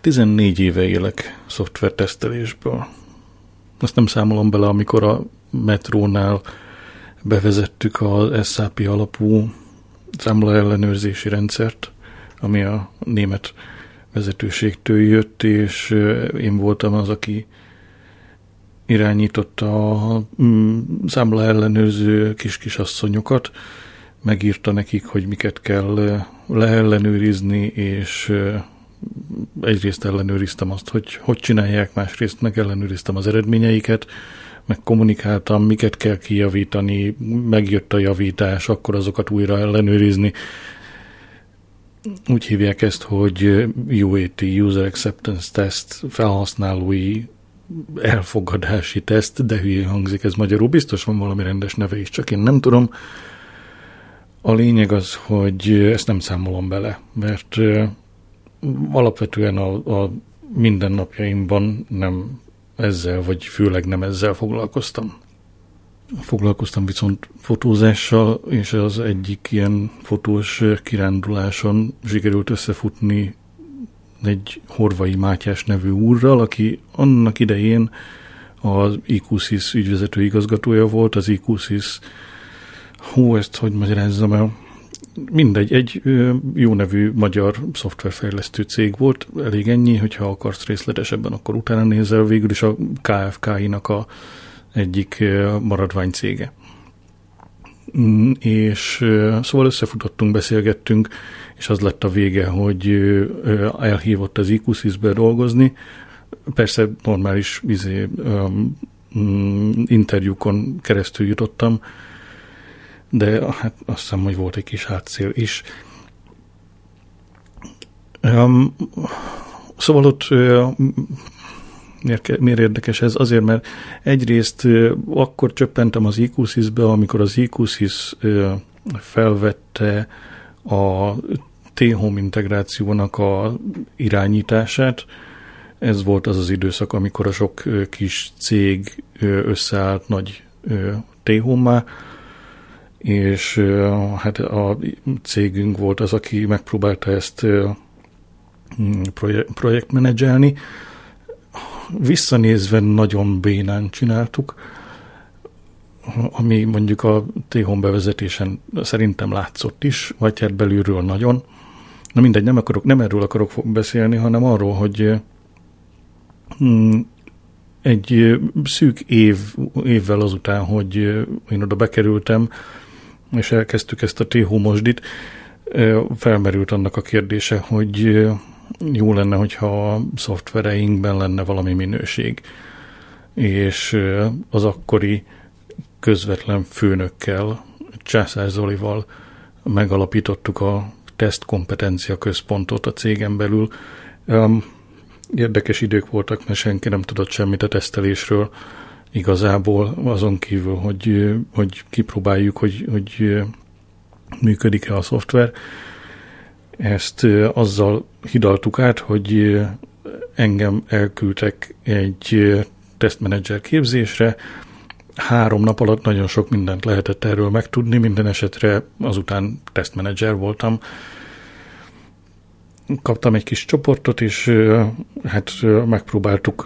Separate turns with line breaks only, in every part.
14 éve élek szoftvertesztelésből. Azt nem számolom bele, amikor a Metrónál bevezettük az SAP alapú számla ellenőrzési rendszert, ami a német vezetőségtől jött, és én voltam az, aki irányította a számla ellenőrző kis-kisasszonyokat, megírta nekik, hogy miket kell leellenőrizni, és egyrészt ellenőriztem azt, hogy csinálják, másrészt meg ellenőriztem az eredményeiket, meg kommunikáltam, miket kell kijavítani, megjött a javítás, akkor azokat újra ellenőrizni. Úgy hívják ezt, hogy UAT, User Acceptance Test, felhasználói elfogadási teszt, de hülyén hangzik ez magyarul, biztos van valami rendes neve is, csak én nem tudom. A lényeg az, hogy ezt nem számolom bele, mert alapvetően a mindennapjaimban nem ezzel, vagy főleg nem ezzel foglalkoztam. Foglalkoztam viszont fotózással, és az egyik ilyen fotós kiránduláson sikerült összefutni egy Horvai Mátyás nevű úrral, aki annak idején az IQSys ügyvezető igazgatója volt, az IQSys, ezt hogy magyarázzam el, mindegy, egy jó nevű magyar szoftverfejlesztő cég volt, elég ennyi, hogyha akarsz részletesebben, akkor utána nézel, végül is a KFK-inak a egyik maradvány cége. És szóval összefutottunk, beszélgettünk, és az lett a vége, hogy elhívott az IQSys-be dolgozni. Persze normális interjúkon keresztül jutottam, de hát azt hiszem, hogy volt egy kis hátszél is. Szóval ott miért érdekes ez? Azért, mert egyrészt akkor csöppentem az IQSys-be, amikor az IQSys felvette a T-Home integrációnak a irányítását. Ez volt az az időszak, amikor a sok kis cég összeállt nagy T-Home-má, és hát a cégünk volt az, aki megpróbálta ezt projektmenedzselni. Visszanézve nagyon bénán csináltuk, ami mondjuk a T-Home bevezetésen szerintem látszott is, vagy hát belülről nagyon. Na mindegy, nem erről akarok beszélni, hanem arról, hogy egy szűk évvel azután, hogy én oda bekerültem, és elkezdtük ezt a T-Home-osdit, felmerült annak a kérdése, hogy jó lenne, hogyha a szoftvereinkben lenne valami minőség. És az akkori közvetlen főnökkel, Császár Zolival megalapítottuk a tesztkompetencia központot a cégen belül. Érdekes idők voltak, mert senki nem tudott semmit a tesztelésről igazából, azon kívül, hogy kipróbáljuk, hogy működik-e a szoftver. Ezt azzal hidaltuk át, hogy engem elküldtek egy tesztmenedzser képzésre. 3 nap alatt nagyon sok mindent lehetett erről megtudni, minden esetre azután tesztmenedzser voltam. Kaptam egy kis csoportot, és hát megpróbáltuk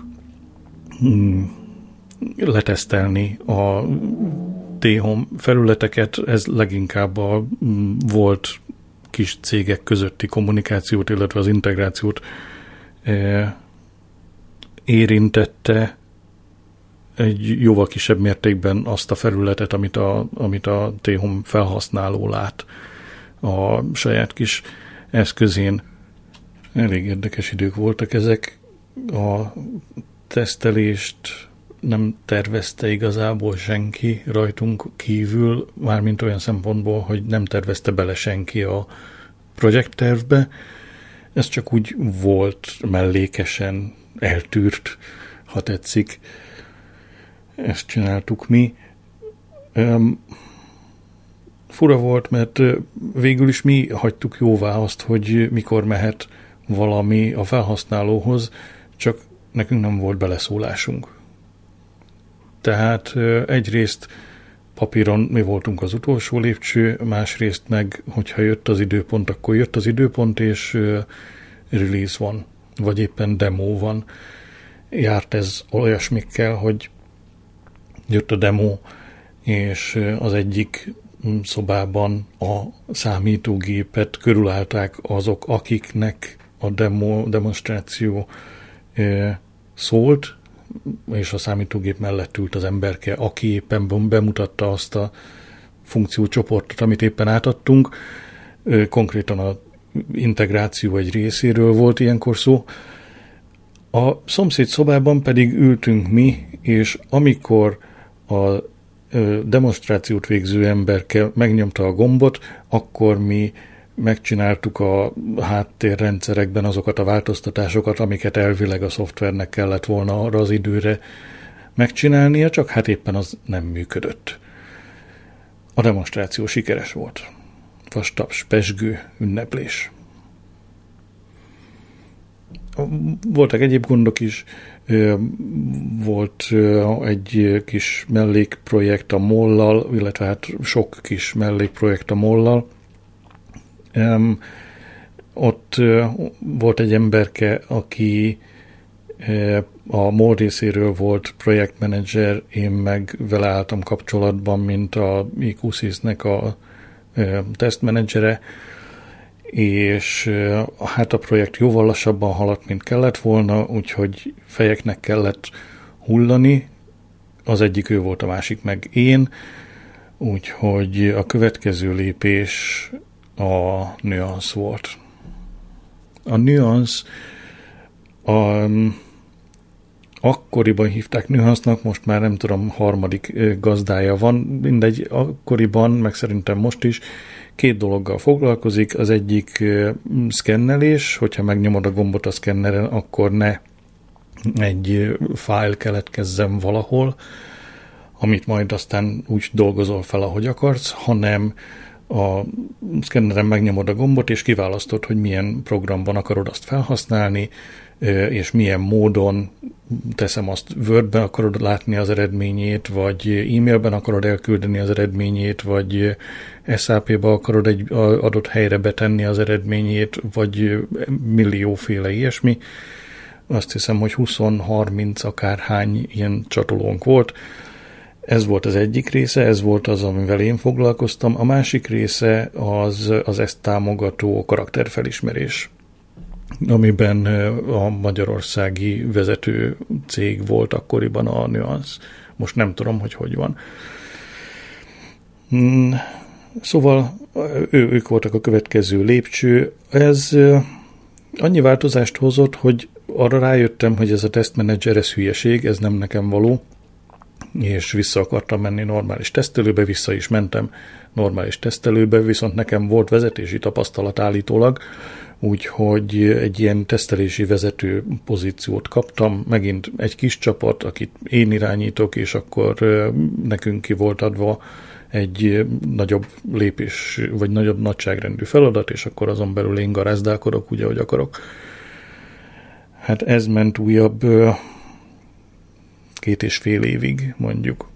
letesztelni a T-Home felületeket. Ez leginkább volt kis cégek közötti kommunikációt, illetve az integrációt érintette egy jóval kisebb mértékben azt a felületet, amit a T-Home felhasználó lát a saját kis eszközén. Elég érdekes idők voltak ezek. A tesztelést nem tervezte igazából senki rajtunk kívül, mármint olyan szempontból, hogy nem tervezte bele senki a projekttervbe. Ez csak úgy volt mellékesen, eltűrt, ha tetszik. Ezt csináltuk mi. Fura volt, mert végül is mi hagytuk jóvá azt, hogy mikor mehet valami a felhasználóhoz, csak nekünk nem volt beleszólásunk. Tehát egyrészt papíron mi voltunk az utolsó lépcső, másrészt meg, hogyha jött az időpont, akkor jött az időpont, és release van. vagy éppen demo van. Járt ez olyasmikkel, hogy jött a demo, és az egyik szobában a számítógépet körülállták azok, akiknek a demonstráció szólt, és a számítógép mellett ült az emberke, aki éppen bemutatta azt a funkciócsoportot, amit éppen átadtunk. Konkrétan az integráció egy részéről volt ilyenkor szó. A szomszéd szobában pedig ültünk mi, és amikor a demonstrációt végző emberke megnyomta a gombot, akkor mi megcsináltuk a háttérrendszerekben azokat a változtatásokat, amiket elvileg a szoftvernek kellett volna arra az időre megcsinálnia, csak hát éppen az nem működött. A demonstráció sikeres volt. Vastaps, pezsgő, ünneplés. Voltak egyéb gondok is, volt egy kis mellékprojekt a mollal, illetve hát sok kis mellékprojekt a mollal. Ott volt egy emberke, aki a MOL részéről volt projektmenedzser, én meg vele álltam kapcsolatban, mint a IQSys-nek a tesztmenedzsere, és hát a projekt jóval lassabban haladt, mint kellett volna, úgyhogy fejeknek kellett hullani, az egyik ő volt, a másik meg én, úgyhogy a következő lépés a Nuance volt. A Nuance akkoriban hívták Nuance-nak, most már nem tudom, harmadik gazdája van, mindegy, akkoriban, meg szerintem most is, 2 dologgal foglalkozik, az egyik szkennelés, hogyha megnyomod a gombot a szkenneren, akkor ne egy fájl keletkezzen valahol, amit majd aztán úgy dolgozol fel, ahogy akarsz, hanem a szkenneren megnyomod a gombot, és kiválasztod, hogy milyen programban akarod azt felhasználni, és milyen módon, teszem azt, Wordben akarod látni az eredményét, vagy e-mailben akarod elküldeni az eredményét, vagy SAP-ba akarod egy adott helyre betenni az eredményét, vagy millióféle ilyesmi. Azt hiszem, hogy 20-30 akárhány ilyen csatolónk volt. Ez volt az egyik része, ez volt az, amivel én foglalkoztam. A másik része az ezt támogató karakterfelismerés, amiben a magyarországi vezető cég volt akkoriban a Nuance. Most nem tudom, hogy van. Szóval ők voltak a következő lépcső. Ez annyi változást hozott, hogy arra rájöttem, hogy ez a tesztmenedzser, ez hülyeség, ez nem nekem való, és vissza akartam menni normális tesztelőbe, vissza is mentem normális tesztelőbe, viszont nekem volt vezetési tapasztalat állítólag, úgyhogy egy ilyen tesztelési vezető pozíciót kaptam, megint egy kis csapat, akit én irányítok, és akkor nekünk ki volt adva egy nagyobb lépés, vagy nagyobb nagyságrendű feladat, és akkor azon belül én garázdálkodok, úgy, ahogy akarok. Hát ez ment újabb 2,5 évig, mondjuk.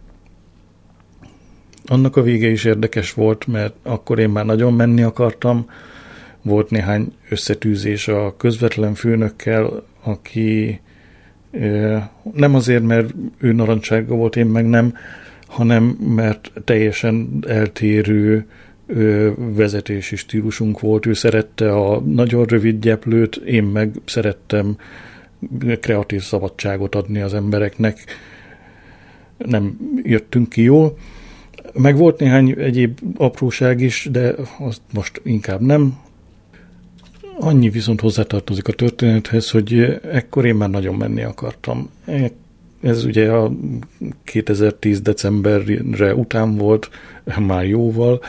Annak a vége is érdekes volt, mert akkor én már nagyon menni akartam. Volt néhány összetűzés a közvetlen főnökkel, aki nem azért, mert ő narancssárga volt, én meg nem, hanem mert teljesen eltérő vezetési stílusunk volt. Ő szerette a nagyon rövid gyeplőt, én meg szerettem kreatív szabadságot adni az embereknek. Nem jöttünk ki jól. Meg volt néhány egyéb apróság is, de azt most inkább nem. Annyi viszont hozzátartozik a történethez, hogy ekkor én már nagyon menni akartam. Ez ugye a 2010 decemberre után volt, már jóval,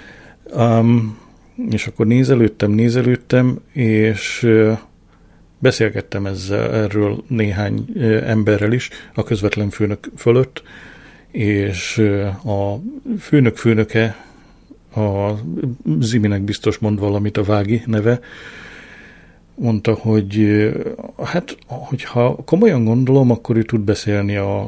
és akkor nézelődtem, és beszélgettem erről néhány emberrel is, a közvetlen főnök fölött, és a főnöke, a Ziminek biztos mond valamit, a Vági neve, mondta, hogy hát, hogyha komolyan gondolom, akkor ő tud beszélni a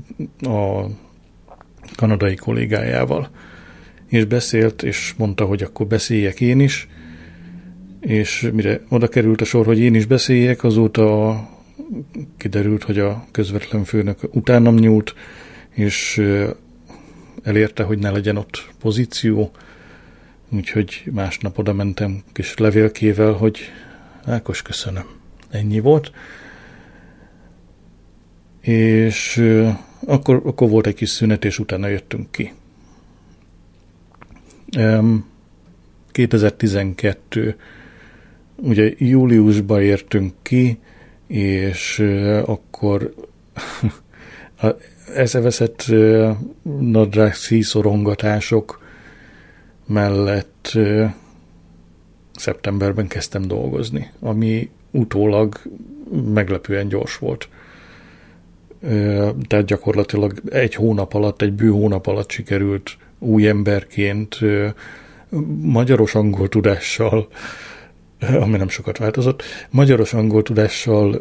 kanadai kollégájával. És beszélt, és mondta, hogy akkor beszéljek én is, és mire oda került a sor, hogy én is beszéljek, azóta kiderült, hogy a közvetlen főnök utánam nyúlt, és elérte, hogy ne legyen ott pozíció, úgyhogy másnap oda mentem kis levélkével, hogy Ákos, köszönöm. Ennyi volt. És akkor volt egy kis szünet, és utána jöttünk ki. 2012, ugye júliusban értünk ki, és akkor eszeveszett nadrág szíszorongatások mellett szeptemberben kezdtem dolgozni, ami utólag meglepően gyors volt. Tehát gyakorlatilag egy bő hónap alatt sikerült új emberként, magyaros-angol tudással, ami nem sokat változott, magyaros-angol tudással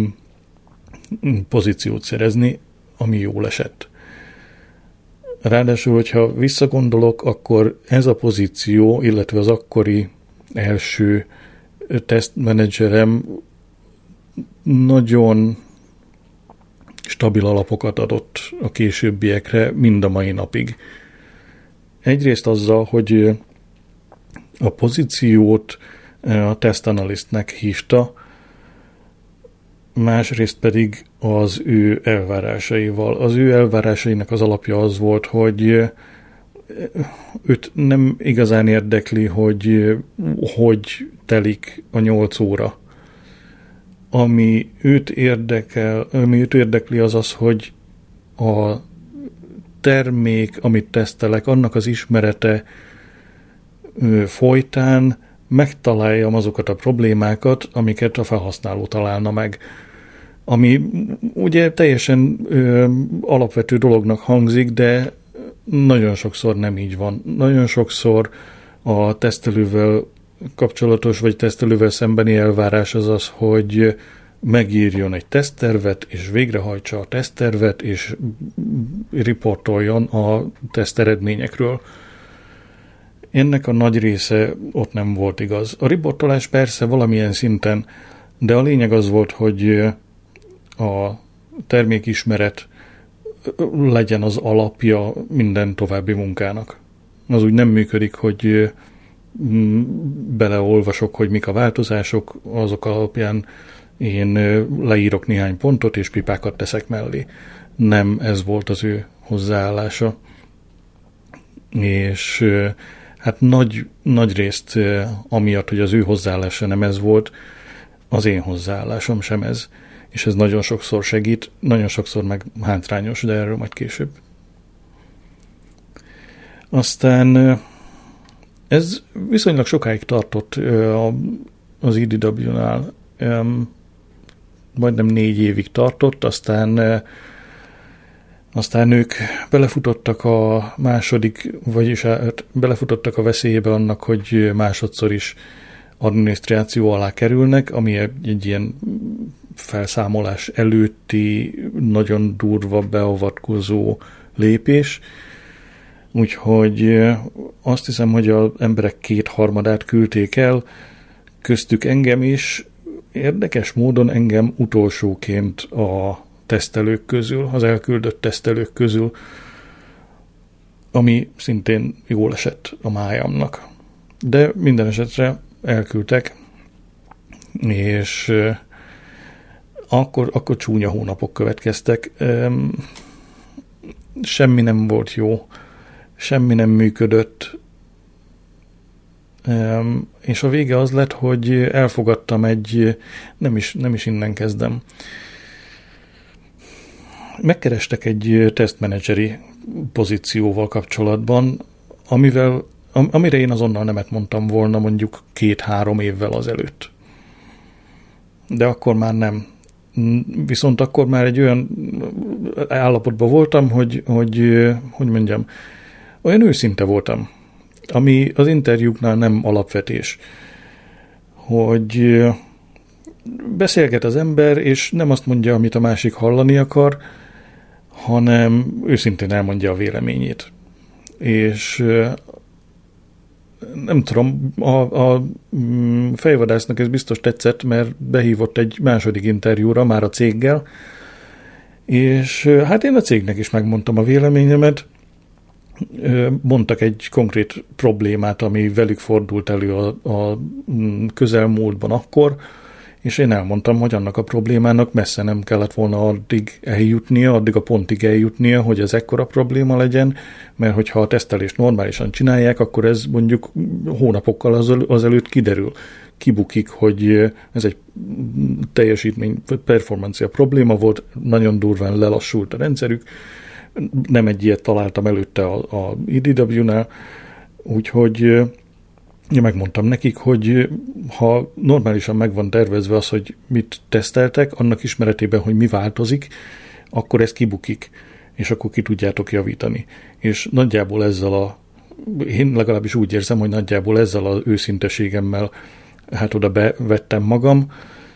pozíciót szerezni, ami jól esett. Ráadásul, hogyha visszagondolok, akkor ez a pozíció, illetve az akkori első tesztmenedzserem nagyon stabil alapokat adott a későbbiekre, mind a mai napig. Egyrészt azzal, hogy a pozíciót a tesztanalisztnek hívta, másrészt pedig az ő elvárásaival. Az ő elvárásainak az alapja az volt, hogy őt nem igazán érdekli, hogy telik a 8 óra. Ami őt érdekli az az, hogy a termék, amit tesztelek, annak az ismerete folytán megtaláljam azokat a problémákat, amiket a felhasználó találna meg. Ami ugye teljesen alapvető dolognak hangzik, de nagyon sokszor nem így van. Nagyon sokszor a tesztelővel kapcsolatos, vagy tesztelővel szembeni elvárás az az, hogy megírjon egy teszttervet, és végrehajtsa a teszttervet, és riportoljon a teszt eredményekről. Ennek a nagy része ott nem volt igaz. A riportolás persze valamilyen szinten, de a lényeg az volt, hogy a termékismeret legyen az alapja minden további munkának. Az úgy nem működik, hogy beleolvasok, hogy mik a változások, azok alapján én leírok néhány pontot, és pipákat teszek mellé. Nem ez volt az ő hozzáállása. És hát nagy részt amiatt, hogy az ő hozzáállása nem ez volt, az én hozzáállásom sem ez. És ez nagyon sokszor segít, nagyon sokszor meg hátrányos, de erről majd később. Aztán ez viszonylag sokáig tartott az IDW-nál, majdnem 4 évig tartott, aztán ők belefutottak a belefutottak a veszélybe annak, hogy másodszor is adminisztráció alá kerülnek, ami egy ilyen felszámolás előtti nagyon durva beavatkozó lépés. Úgyhogy azt hiszem, hogy az emberek 2/3 küldték el, köztük engem is, érdekes módon engem utolsóként a tesztelők közül, az elküldött tesztelők közül, ami szintén jól esett a májamnak. De minden esetre elküldtek, és akkor csúnya hónapok következtek. Semmi nem volt jó, semmi nem működött, és a vége az lett, hogy elfogadtam nem is innen kezdem. Megkerestek egy tesztmenedzseri pozícióval kapcsolatban, amire én azonnal nemet mondtam volna mondjuk 2-3 évvel azelőtt. De akkor már nem. Viszont akkor már egy olyan állapotban voltam, hogy mondjam, olyan őszinte voltam, ami az interjúknál nem alapvetés, hogy beszélget az ember, és nem azt mondja, amit a másik hallani akar, hanem őszintén elmondja a véleményét. És nem tudom, a fejvadásznak ez biztos tetszett, mert behívott egy második interjúra már a céggel, és hát én a cégnek is megmondtam a véleményemet, mondtak egy konkrét problémát, ami velük fordult elő a közelmúltban akkor, és én elmondtam, hogy annak a problémának messze nem kellett volna addig a pontig eljutnia, hogy ez ekkora probléma legyen, mert hogyha a tesztelést normálisan csinálják, akkor ez mondjuk hónapokkal azelőtt kiderül. Kibukik, hogy ez egy teljesítmény, performancia probléma volt, nagyon durván lelassult a rendszerük, nem egy ilyet találtam előtte a IDW-nál, úgyhogy én megmondtam nekik, hogy ha normálisan meg van tervezve az, hogy mit teszteltek, annak ismeretében, hogy mi változik, akkor ez kibukik, és akkor ki tudjátok javítani. És nagyjából én legalábbis úgy érzem, hogy nagyjából ezzel az őszinteségemmel hát oda bevettem magam.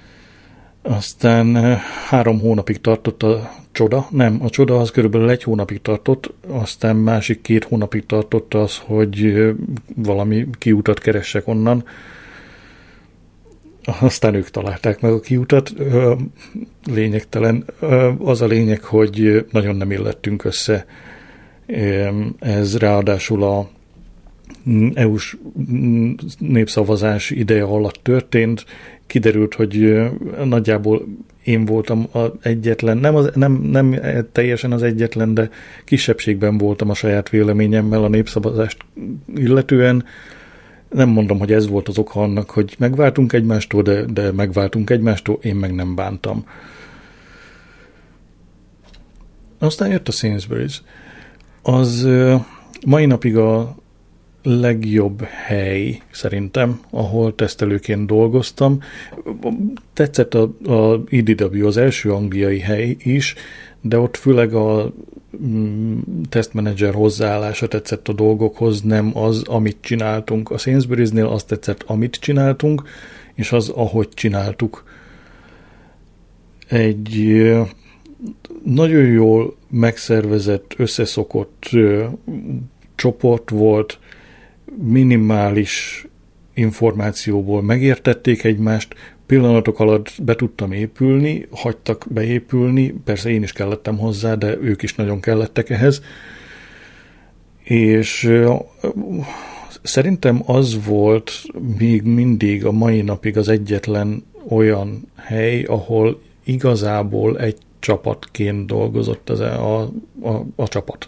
Aztán 3 hónapig tartott a csoda. Nem, a csoda az körülbelül 1 hónapig tartott, aztán másik 2 hónapig tartott az, hogy valami kiutat keressek onnan. Aztán ők találták meg a kiutat. Lényegtelen. Az a lényeg, hogy nagyon nem illettünk össze. Ez ráadásul a EU-s népszavazás ideje alatt történt. Kiderült, hogy nagyjából én voltam az egyetlen, nem teljesen az egyetlen, de kisebbségben voltam a saját véleményemmel a népszavazást illetően. Nem mondom, hogy ez volt az oka annak, hogy megváltunk egymástól, de megváltunk egymástól, én meg nem bántam. Aztán jött a Sainsbury's. Az mai napig a legjobb hely szerintem, ahol tesztelőként dolgoztam. Tetszett a IDW, az első angliai hely is, de ott főleg a tesztmenedzser hozzáállása tetszett a dolgokhoz, nem az, amit csináltunk. A Sainsbury's-nél azt tetszett, amit csináltunk, és az, ahogy csináltuk. Egy nagyon jól megszervezett, összeszokott csoport volt, minimális információból megértették egymást, pillanatok alatt be tudtam épülni, hagytak beépülni, persze én is kellettem hozzá, de ők is nagyon kellettek ehhez, és szerintem az volt még mindig a mai napig az egyetlen olyan hely, ahol igazából egy csapatként dolgozott a csapat.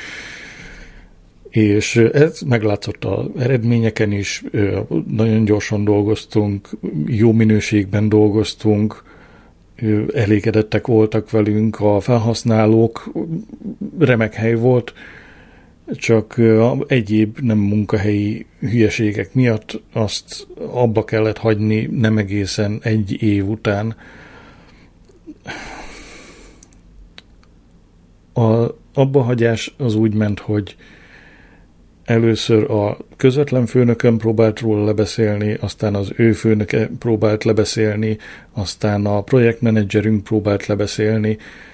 És ez meglátszott az eredményeken is, nagyon gyorsan dolgoztunk, jó minőségben dolgoztunk, elégedettek voltak velünk a felhasználók, remek hely volt, csak egyéb nem munkahelyi hülyeségek miatt azt abba kellett hagyni nem egészen 1 év után. A abbahagyás az úgy ment, hogy először a közvetlen főnökön próbált róla lebeszélni, aztán az ő főnöke próbált lebeszélni, aztán a projektmenedzserünk próbált lebeszélni,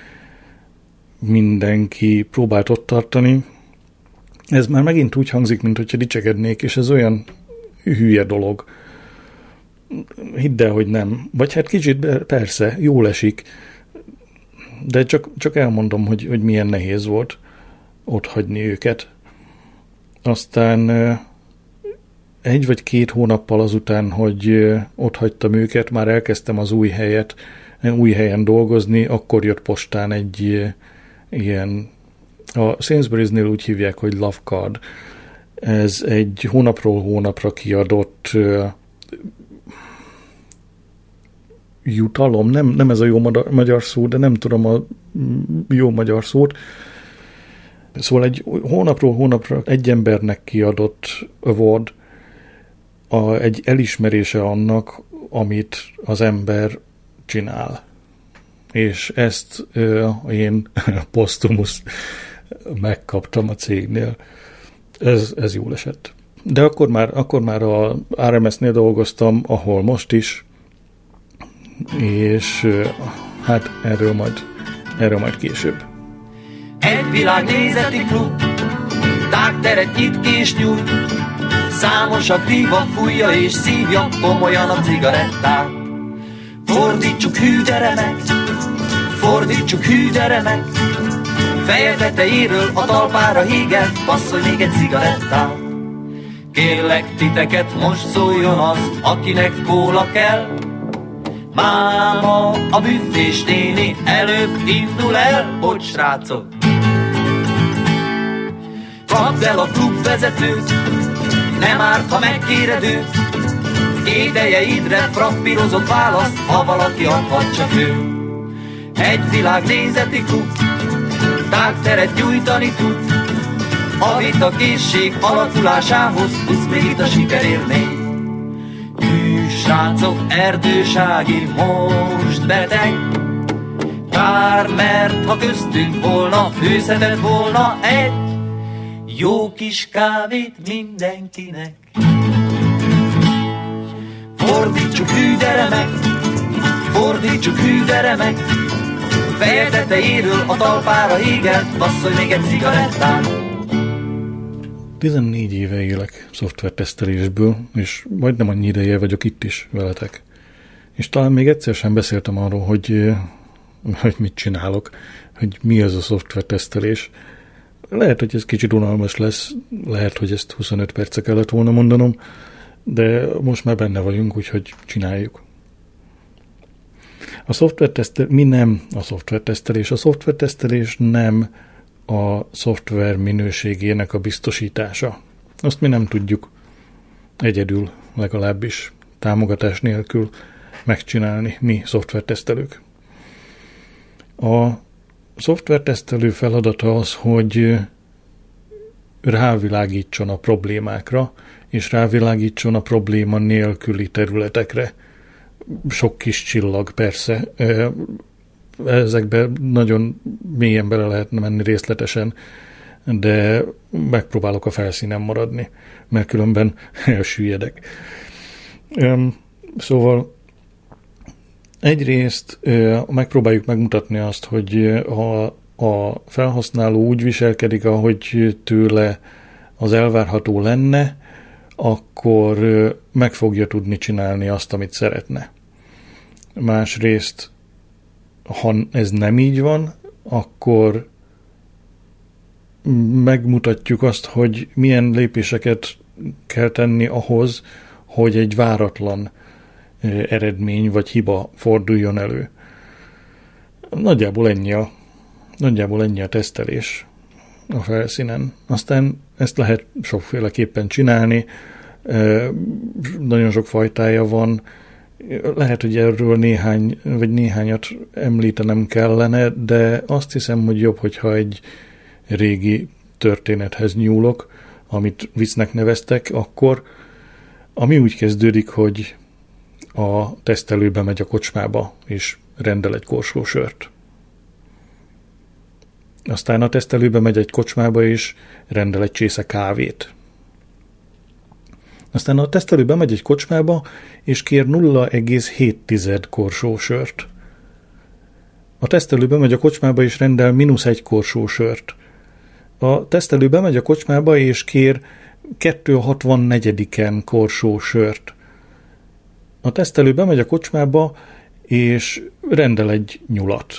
mindenki próbált ott tartani. Ez már megint úgy hangzik, mint hogyha dicsekednék, és ez olyan hülye dolog. Hidd el, hogy nem. Vagy hát kicsit persze, jól esik, de csak elmondom, hogy milyen nehéz volt ott hagyni őket. Aztán 1 vagy 2 hónappal azután, hogy ott hagytam őket, már elkezdtem az új helyen dolgozni, akkor jött postán egy ilyen, a Sainsbury's-nél úgy hívják, hogy Love Card. Ez egy hónapról hónapra kiadott jutalom, nem ez a jó magyar szó, de nem tudom a jó magyar szót. Szóval egy hónapról hónapra egy embernek kiadott award egy elismerése annak, amit az ember csinál. És ezt én posztumusz megkaptam a cégnél. Ez jól esett. De akkor már a RMS-nél dolgoztam, ahol most is, és hát erről majd később.
Egy világnézeti klub, tágteret nyit és nyújt, Számos aktíva fújja és szívja komolyan a cigarettát. Fordítsuk hű, gyere meg, fordítsuk hű, gyere meg, feje tetejéről a talpára hígel, passzolj még egy cigarettát. Kérlek titeket, most szóljon az, akinek kóla kell. Máma, a büffés néni előbb indul el, bocs srácok. Kapd el a klubvezetőt, nem árt, ha megkéred őt. Édeljeidre frappírozott választ, ha valaki adhat csak ő. Egy világnézeti klub, tágteret nyújtani tud. A vita készség alakulásához plusz még itt a sikerélmény. Hű srácok, Erdősági most beteg. Kár, mert ha köztünk volna, főzhetett volna egy jó kis kávét mindenkinek. Fordítsuk hű, gyere meg, fordítsuk hű, gyere meg, feje tetejéről a talpára hígelt, passzolj még egy cigarettát.
14 éve élek szoftvertesztelésből, és majdnem annyi ideje vagyok itt is veletek. És talán még egyszer sem beszéltem arról, hogy mit csinálok, hogy mi az a szoftvertesztelés. Lehet, hogy ez kicsit unalmas lesz, lehet, hogy ezt 25 perce kellett volna mondanom, de most már benne vagyunk, úgyhogy csináljuk. Mi nem a szoftvertesztelés. A szoftvertesztelés nem a szoftver minőségének a biztosítása. Azt mi nem tudjuk egyedül, legalábbis támogatás nélkül megcsinálni, mi szoftvertesztelők. A szoftvertesztelő feladata az, hogy rávilágítson a problémákra, és rávilágítson a probléma nélküli területekre. Sok kis csillag, persze. Ezekbe nagyon mélyen bele lehetne menni részletesen, de megpróbálok a felszínen maradni, mert különben elsüllyedek. Szóval egyrészt megpróbáljuk megmutatni azt, hogy a felhasználó úgy viselkedik, ahogy tőle az elvárható lenne, akkor meg fogja tudni csinálni azt, amit szeretne. Másrészt, ha ez nem így van, akkor megmutatjuk azt, hogy milyen lépéseket kell tenni ahhoz, hogy egy váratlan eredmény vagy hiba forduljon elő. Nagyjából ennyi a tesztelés a felszínen. Aztán ezt lehet sokféleképpen csinálni, nagyon sok fajtája van. Lehet, hogy erről néhányat említenem kellene, de azt hiszem, hogy jobb, hogyha egy régi történethez nyúlok, amit viccnek neveztek, akkor ami úgy kezdődik, hogy a tesztelő bemegy a kocsmába, és rendel egy korsó sört. Aztán a tesztelő bemegy egy kocsmába, és rendel egy csésze kávét. Aztán a tesztelő bemegy egy kocsmába, és kér 0,7 korsó sört. A tesztelő bemegy a kocsmába, és rendel -1 korsó sört. A tesztelő bemegy a kocsmába, és kér 2/64 korsó sört. A tesztelő bemegy a kocsmába, és rendel egy nyulat.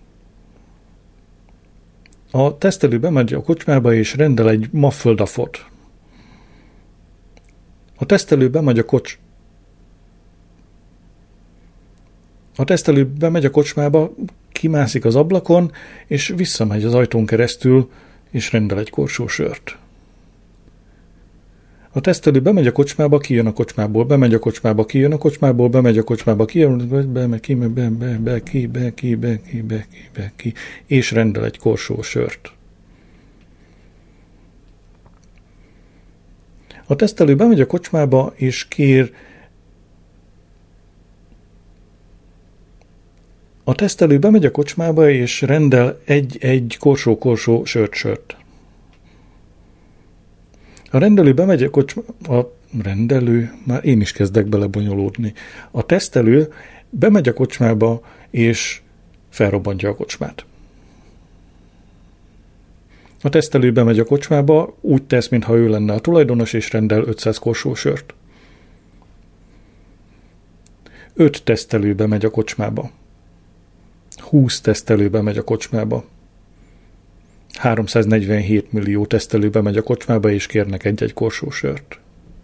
A tesztelő bemegy a kocsmába, és rendel egy maföldafot. A tesztelő bemegy a kocsmába, kimászik az ablakon, és visszamegy az ajtón keresztül, és rendel egy korsó sört. A tesztelő bemegy a kocsmába, kijön a kocsmából, bemegy a kocsmába, kijön a kocsmából, bemegy a kocsmába, ki, és rendel egy korsó sört. A tesztelő bemegy a kocsmába, és kér... A tesztelő bemegy a kocsmába, és rendel egy korsó sört. A rendelő bemegy a kocsmába... Már én is kezdek belebonyolódni. A tesztelő bemegy a kocsmába, és felrobbantja a kocsmát. A tesztelő bemegy a kocsmába, úgy tesz, mintha ő lenne a tulajdonos, és rendel 500 korsó sört. 5 tesztelő bemegy a kocsmába. 20 tesztelő bemegy a kocsmába. 347 millió tesztelő bemegy a kocsmába, és kérnek egy-egy korsó sört.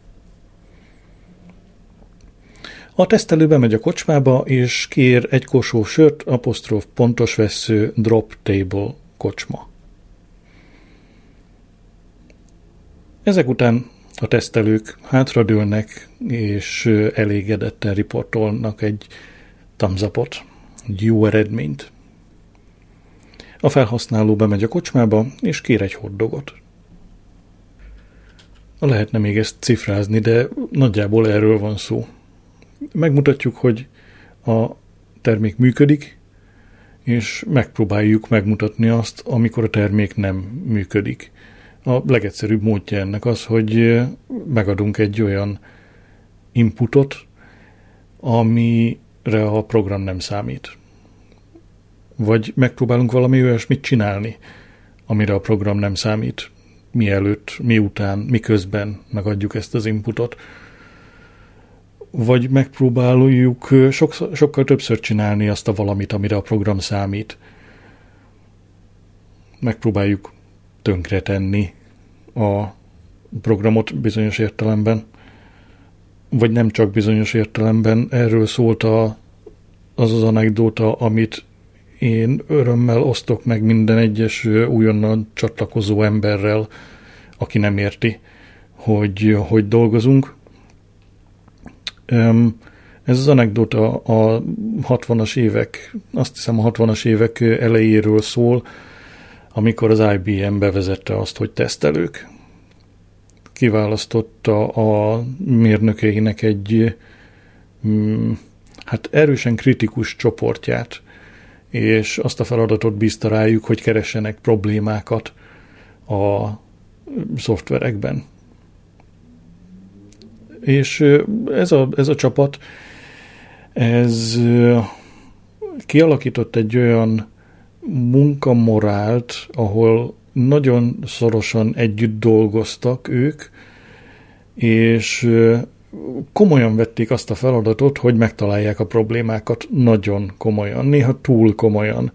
A tesztelő bemegy a kocsmába, és kér egy korsó sört, apostrof pontos vessző, drop table kocsma. Ezek után a tesztelők hátradőlnek, és elégedetten riportolnak egy thumbs up-ot, egy jó eredményt. A felhasználó bemegy a kocsmába, és kér egy hotdogot. Lehetne még ezt cifrázni, de nagyjából erről van szó. Megmutatjuk, hogy a termék működik, és megpróbáljuk megmutatni azt, amikor a termék nem működik. A legegyszerűbb módja ennek az, hogy megadunk egy olyan inputot, amire a program nem számít. Vagy megpróbálunk valami olyasmit csinálni, amire a program nem számít, mielőtt, miután, miközben megadjuk ezt az inputot. Vagy megpróbáljuk sokkal többször csinálni azt a valamit, amire a program számít. Megpróbáljuk tönkretenni a programot bizonyos értelemben, vagy nem csak bizonyos értelemben. Erről szólt az anekdóta, amit én örömmel osztok meg minden egyes újonnan csatlakozó emberrel, aki nem érti, hogy dolgozunk. Ez az anekdóta a 60-as évek, azt hiszem a 60-as évek elejéről szól, amikor az IBM bevezette azt, hogy tesztelők. Kiválasztotta a mérnökeinek egy erősen kritikus csoportját, és azt a feladatot bízta rájuk, hogy keressenek problémákat a szoftverekben. És ez a csapat, ez kialakított egy olyan munkamorált, ahol nagyon szorosan együtt dolgoztak ők, és komolyan vették azt a feladatot, hogy megtalálják a problémákat nagyon komolyan, néha túl komolyan.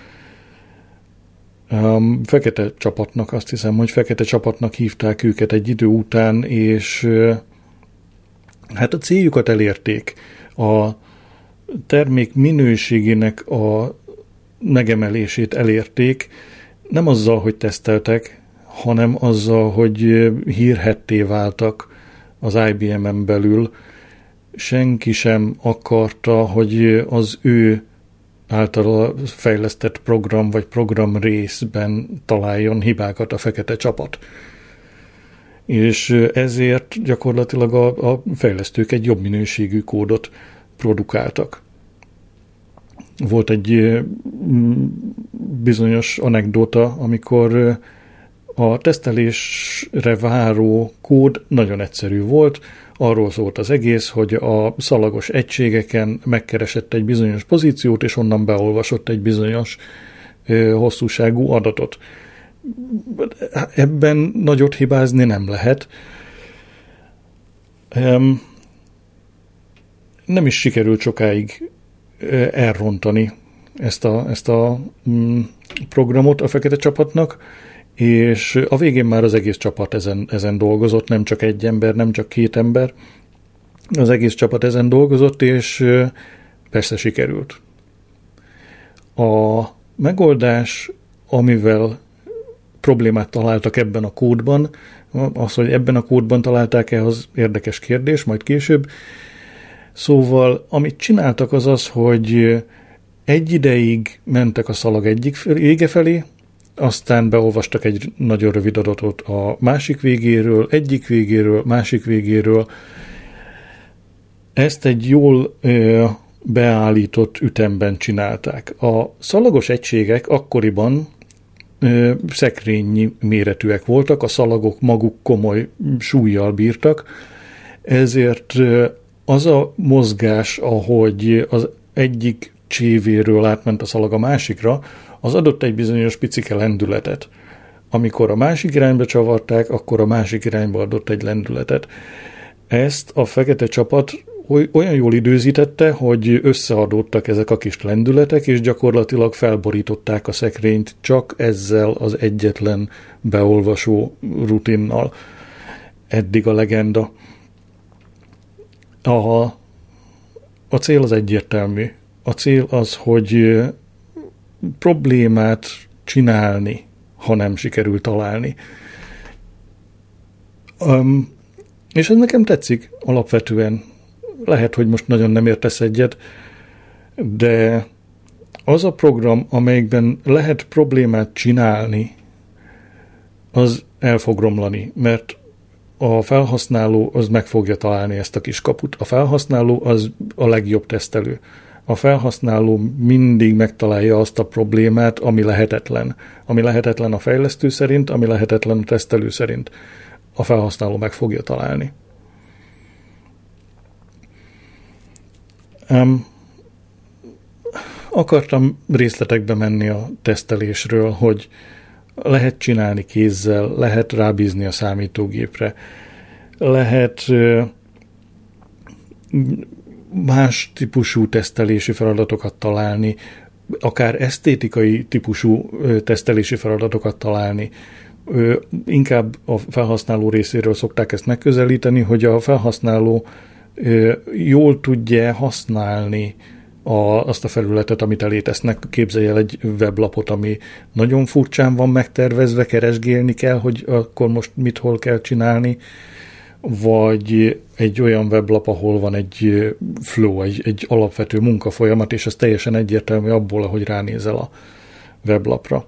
Fekete csapatnak, azt hiszem, hogy fekete csapatnak hívták őket egy idő után, és hát a céljukat elérték. A termék minőségének a megemelését elérték, nem azzal, hogy teszteltek, hanem azzal, hogy hírhedté váltak az IBM-en belül. Senki sem akarta, hogy az ő által fejlesztett program vagy program részben találjon hibákat a fekete csapat. És ezért gyakorlatilag a fejlesztők egy jobb minőségű kódot produkáltak. Volt egy bizonyos anekdóta, amikor a tesztelésre váró kód nagyon egyszerű volt. Arról szólt az egész, hogy a szalagos egységeken megkeresett egy bizonyos pozíciót, és onnan beolvasott egy bizonyos hosszúságú adatot. Ebben nagyot hibázni nem lehet. Nem is sikerült sokáig elrontani ezt a programot a fekete csapatnak, és a végén már az egész csapat ezen dolgozott, nem csak egy ember, nem csak 2 ember, az egész csapat ezen dolgozott, és persze sikerült. A megoldás, amivel problémát találtak ebben a kódban, az, hogy ebben a kódban találták-e, az érdekes kérdés, majd később. Szóval, amit csináltak az, hogy egy ideig mentek a szalag egyik vége felé, aztán beolvastak egy nagyon rövid adatot a másik végéről, egyik végéről, másik végéről. Ezt egy jól beállított ütemben csinálták. A szalagos egységek akkoriban szekrényi méretűek voltak, a szalagok maguk komoly súllyal bírtak, ezért az a mozgás, ahogy az egyik csévéről átment a szalag a másikra, az adott egy bizonyos picike lendületet. amikor a másik irányba csavarták, akkor a másik irányba adott egy lendületet. Ezt a fekete csapat olyan jól időzítette, hogy összeadódtak ezek a kis lendületek, és gyakorlatilag felborították a szekrényt csak ezzel az egyetlen beolvasó rutinnal. Eddig a legenda. A cél az egyértelmű. A cél az, hogy problémát csinálni, ha nem sikerül találni. És ez nekem tetszik alapvetően. Lehet, hogy most nagyon nem értesz egyet, de az a program, amelyikben lehet problémát csinálni, az el fog romlani, mert a felhasználó az meg fogja találni ezt a kis kaput. A felhasználó az a legjobb tesztelő. A felhasználó mindig megtalálja azt a problémát, ami lehetetlen. Ami lehetetlen a fejlesztő szerint, ami lehetetlen a tesztelő szerint. A felhasználó meg fogja találni. Akartam részletekbe menni a tesztelésről, hogy lehet csinálni kézzel, lehet rábízni a számítógépre, lehet más típusú tesztelési feladatokat találni, akár esztétikai típusú tesztelési feladatokat találni. Inkább a felhasználó részéről szokták ezt megközelíteni, hogy a felhasználó jól tudja használni azt a felületet, amit elé tesznek. Képzelj el egy weblapot, ami nagyon furcsán van megtervezve, keresgélni kell, hogy akkor most mit hol kell csinálni, vagy egy olyan weblap, ahol van egy flow, egy alapvető munkafolyamat, és ez teljesen egyértelmű abból, ahogy ránézel a weblapra.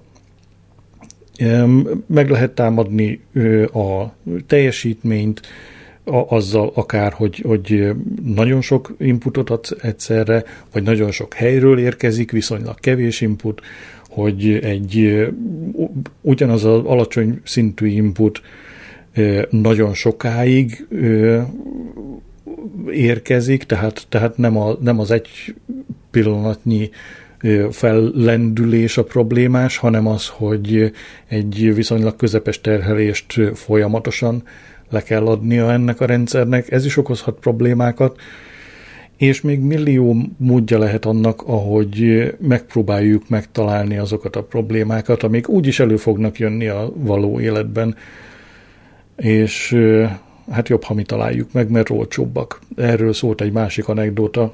Meg lehet támadni a teljesítményt, azzal akár, hogy nagyon sok inputot adsz egyszerre, vagy nagyon sok helyről érkezik, viszonylag kevés input, hogy ugyanaz az alacsony szintű input nagyon sokáig érkezik, tehát nem az egy pillanatnyi fellendülés a problémás, hanem az, hogy egy viszonylag közepes terhelést folyamatosan le kell adnia ennek a rendszernek. Ez is okozhat problémákat, és még millió módja lehet annak, ahogy megpróbáljuk megtalálni azokat a problémákat, amik úgyis elő fognak jönni a való életben, és hát jobb, ha mi találjuk meg, mert olcsóbbak. Erről szólt egy másik anekdóta.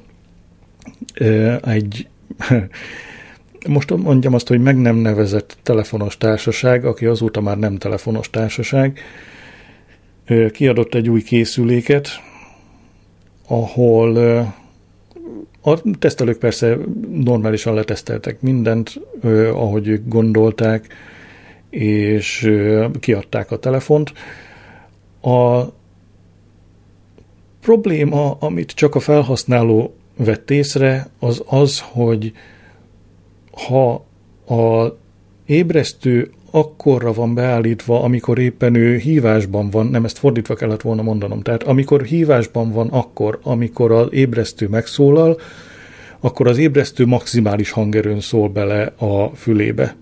Most mondjam azt, hogy meg nem nevezett telefonos társaság, aki azóta már nem telefonos társaság, kiadott egy új készüléket, ahol a tesztelők persze normálisan leteszteltek mindent, ahogy ők gondolták, és kiadták a telefont. A probléma, amit csak a felhasználó vett észre, az, hogy ha a ébresztő akkorra van beállítva, amikor éppen ő hívásban van, nem, ezt fordítva kellett volna mondanom, tehát amikor hívásban van akkor, amikor az ébresztő megszólal, akkor az ébresztő maximális hangerőn szól bele a fülébe.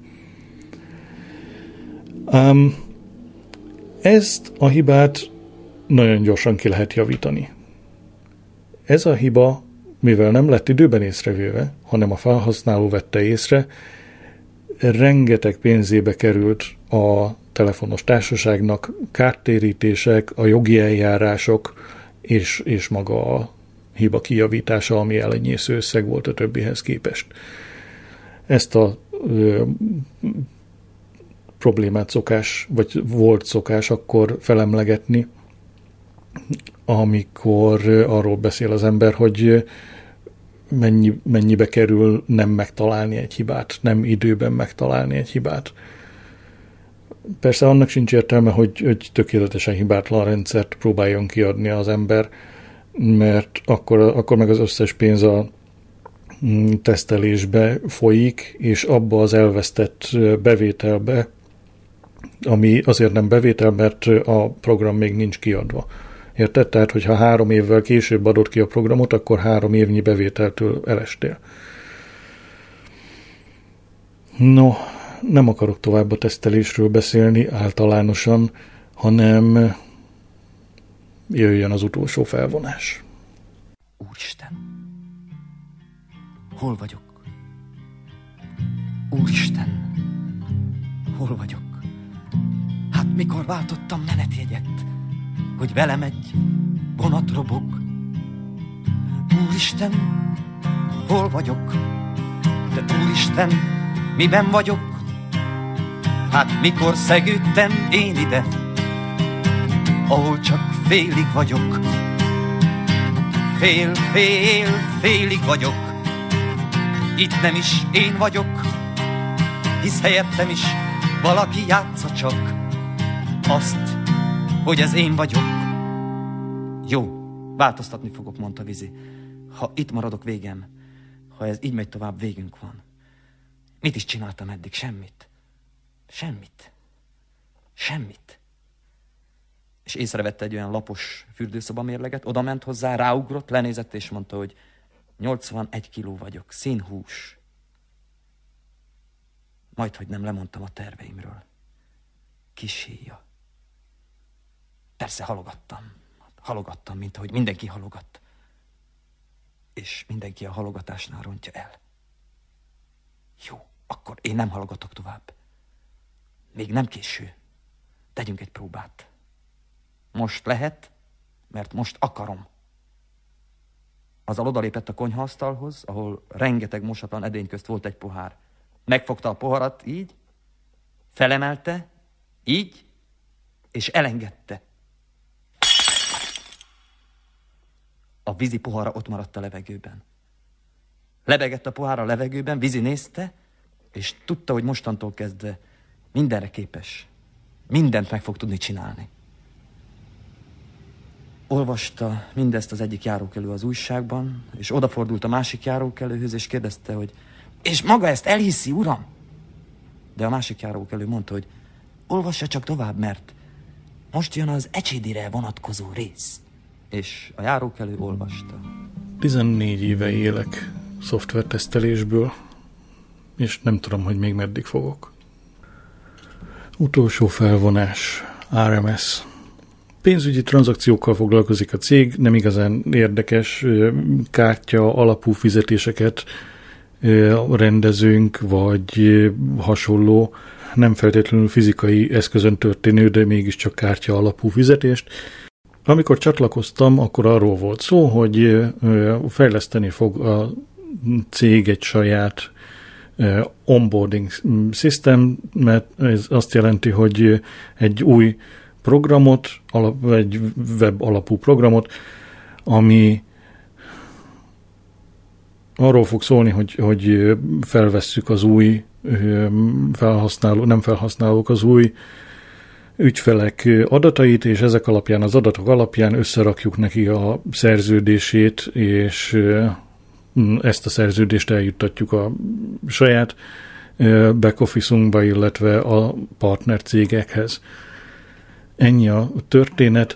Ezt a hibát nagyon gyorsan ki lehet javítani. Ez a hiba, mivel nem lett időben észrevéve, hanem a felhasználó vette észre, rengeteg pénzébe került a telefonos társaságnak, kártérítések, a jogi eljárások és maga a hiba kijavítása, ami elenyésző összeg volt a többihez képest. Ezt a problémát volt szokás akkor felemlegetni, amikor arról beszél az ember, hogy mennyibe kerül nem megtalálni egy hibát, nem időben megtalálni egy hibát. Persze annak sincs értelme, hogy tökéletesen hibátlan rendszert próbáljon kiadni az ember, mert akkor meg az összes pénz a tesztelésbe folyik, és abba az elvesztett bevételbe, ami azért nem bevétel, mert a program még nincs kiadva. Érted? Tehát, hogyha 3 évvel később adod ki a programot, akkor 3 évnyi bevételtől elestél. No, nem akarok tovább a tesztelésről beszélni általánosan, hanem jöjjön az utolsó felvonás.
Úristen, hol vagyok? Úristen, hol vagyok? Hát mikor váltottam menetjegyet, hogy velem egy vonat robog? Úristen, hol vagyok? De Úristen, miben vagyok? Hát mikor szegődtem én ide, ahol csak félig vagyok. Félig vagyok. Itt nem is én vagyok, hisz helyettem is valaki játsza csak azt, hogy ez én vagyok. Jó, változtatni fogok, mondta Vizi. Ha itt maradok, végem. Ha ez így megy tovább, végünk van. Mit is csináltam eddig? Semmit. És észrevette egy olyan lapos fürdőszobamérleget, oda ment hozzá, ráugrott, lenézett és mondta, hogy 81 kiló vagyok, színhús. Majdhogy nem lemondtam a terveimről. Kis híja. Persze halogattam, mint ahogy mindenki halogat. És mindenki a halogatásnál rontja el. Jó, akkor én nem halogatok tovább. Még nem késő. Tegyünk egy próbát. Most lehet, mert most akarom. Azzal odalépett a konyhaasztalhoz, ahol rengeteg mosatlan edény közt volt egy pohár. Megfogta a poharat így, felemelte, így, és elengedte. A Vizi pohara ott maradt a levegőben. Lebegett a pohár a levegőben, Vizi nézte, és tudta, hogy mostantól kezdve mindenre képes. Mindent meg fog tudni csinálni. Olvasta mindezt az egyik járókelő az újságban, és odafordult a másik járókelőhöz, és kérdezte, hogy és maga ezt elhiszi, uram? De a másik járókelő mondta, hogy olvassa csak tovább, mert most jön az ecsédire vonatkozó rész. És a járókelő olvasta.
14 éve élek szoftvertesztelésből, és nem tudom, hogy még meddig fogok. Utolsó felvonás, RMS. Pénzügyi tranzakciókkal foglalkozik a cég, nem igazán érdekes kártya alapú fizetéseket rendezünk, vagy hasonló, nem feltétlenül fizikai eszközön történő, de mégiscsak kártya alapú fizetést. Amikor csatlakoztam, akkor arról volt szó, hogy fejleszteni fog a cég egy saját onboarding systemet, ez azt jelenti, hogy egy új programot, egy web alapú programot, ami arról fog szólni, hogy felvesszük az új felhasználók az új ügyfelek adatait, és ezek alapján, az adatok alapján összerakjuk neki a szerződését, és ezt a szerződést eljuttatjuk a saját back office-unkba, illetve a partner cégekhez. Ennyi a történet.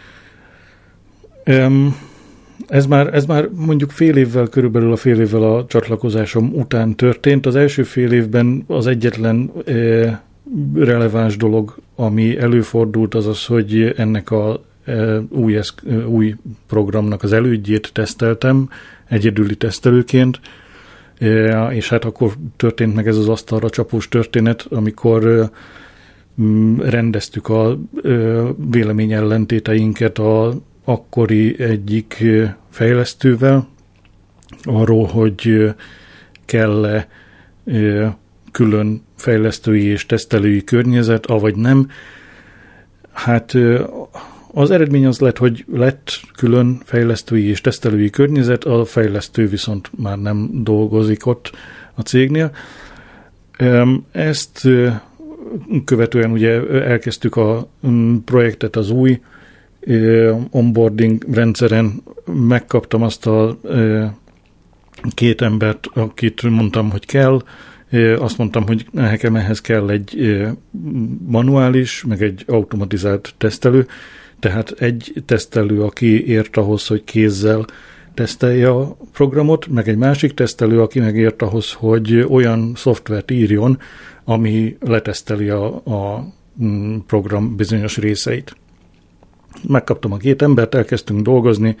Ez már mondjuk körülbelül a fél évvel a csatlakozásom után történt. Az első fél évben az egyetlen releváns dolog, ami előfordult, az az, hogy ennek a új programnak az elődjét teszteltem, egyedüli tesztelőként, és hát akkor történt meg ez az asztalra csapós történet, amikor rendeztük a véleményellentéteinket az akkori egyik fejlesztővel arról, hogy kell-e külön fejlesztői és tesztelői környezet, avagy nem. Hát az eredmény az lett, hogy lett külön fejlesztői és tesztelői környezet, a fejlesztő viszont már nem dolgozik ott a cégnél. Ezt követően ugye elkezdtük a projektet az új onboarding rendszeren, megkaptam azt a két embert, akit mondtam, hogy kell. Azt mondtam, hogy nekem ehhez kell egy manuális, meg egy automatizált tesztelő, tehát egy tesztelő, aki ért ahhoz, hogy kézzel tesztelje a programot, meg egy másik tesztelő, aki megért ahhoz, hogy olyan szoftvert írjon, ami leteszteli a program bizonyos részeit. Megkaptam a 2 embert, elkezdtünk dolgozni.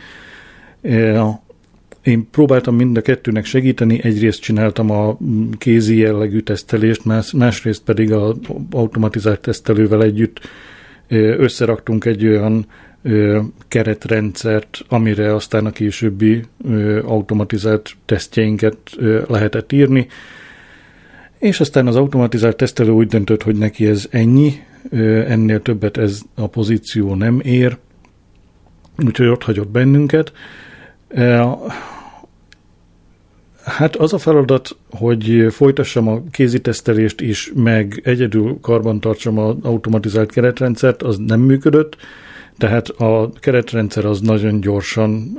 Én próbáltam mind a kettőnek segíteni, egyrészt csináltam a kézi jellegű tesztelést, másrészt pedig az automatizált tesztelővel együtt összeraktunk egy olyan keretrendszert, amire aztán a későbbi automatizált tesztjeinket lehetett írni, és aztán az automatizált tesztelő úgy döntött, hogy neki ez ennyi, ennél többet ez a pozíció nem ér, úgyhogy ott hagyott bennünket. Hát az a feladat, hogy folytassam a kézitesztelést is, meg egyedül karbantartsam az automatizált keretrendszert, az nem működött, tehát a keretrendszer az nagyon gyorsan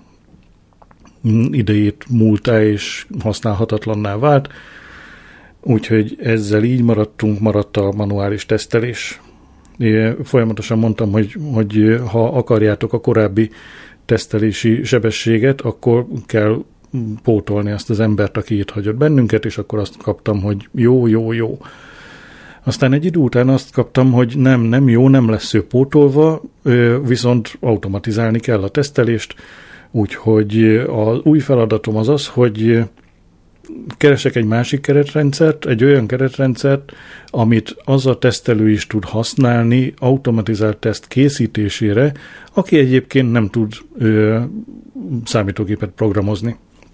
idejét múltá és használhatatlanná vált, úgyhogy ezzel így maradt a manuális tesztelés. Én folyamatosan mondtam, hogy ha akarjátok a korábbi tesztelési sebességet, akkor kell pótolni azt az embert, aki itt hagyott bennünket, és akkor azt kaptam, hogy jó. Aztán egy idő után azt kaptam, hogy nem jó, nem lesz ő pótolva, viszont automatizálni kell a tesztelést, úgyhogy az új feladatom az, hogy keresek egy másik keretrendszert, egy olyan keretrendszert, amit az a tesztelő is tud használni automatizált teszt készítésére, aki egyébként nem tud számítógépet programozni.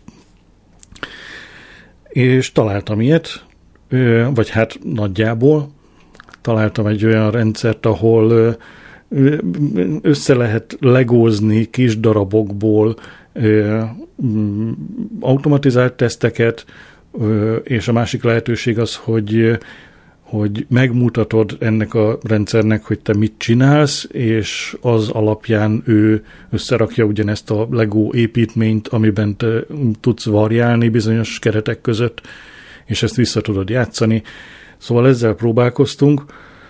És találtam ilyet, vagy hát nagyjából találtam egy olyan rendszert, ahol össze lehet legózni kis darabokból automatizált teszteket, és a másik lehetőség az, hogy megmutatod ennek a rendszernek, hogy te mit csinálsz, és az alapján ő összerakja ugyanezt a Lego építményt, amiben te tudsz variálni bizonyos keretek között, és ezt vissza tudod játszani. Szóval ezzel próbálkoztunk,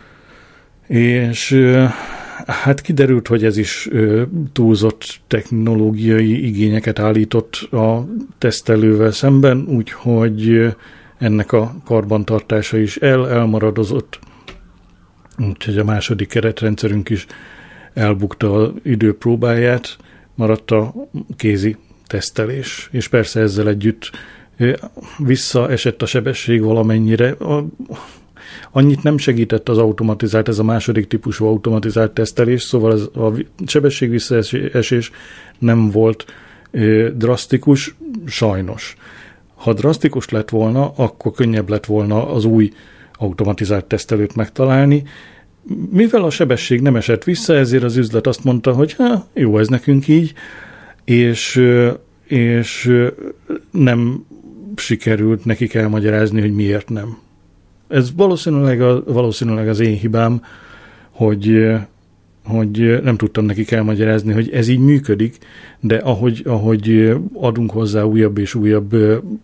és hát kiderült, hogy ez is túlzott technológiai igényeket állított a tesztelővel szemben, úgyhogy ennek a karbantartása is elmaradozott. Úgyhogy a második keretrendszerünk is elbukta az idő próbáját, maradt a kézi tesztelés. És persze ezzel együtt visszaesett a sebesség valamennyire. Annyit nem segített az automatizált, ez a második típusú automatizált tesztelés, szóval ez a sebesség visszaesés nem volt drasztikus, sajnos. Ha drasztikus lett volna, akkor könnyebb lett volna az új automatizált tesztelőt megtalálni. Mivel a sebesség nem esett vissza, ezért az üzlet azt mondta, hogy jó, ez nekünk így, és nem sikerült nekik elmagyarázni, hogy miért nem. Ez valószínűleg az én hibám, hogy nem tudtam nekik elmagyarázni, hogy ez így működik, de ahogy adunk hozzá újabb és újabb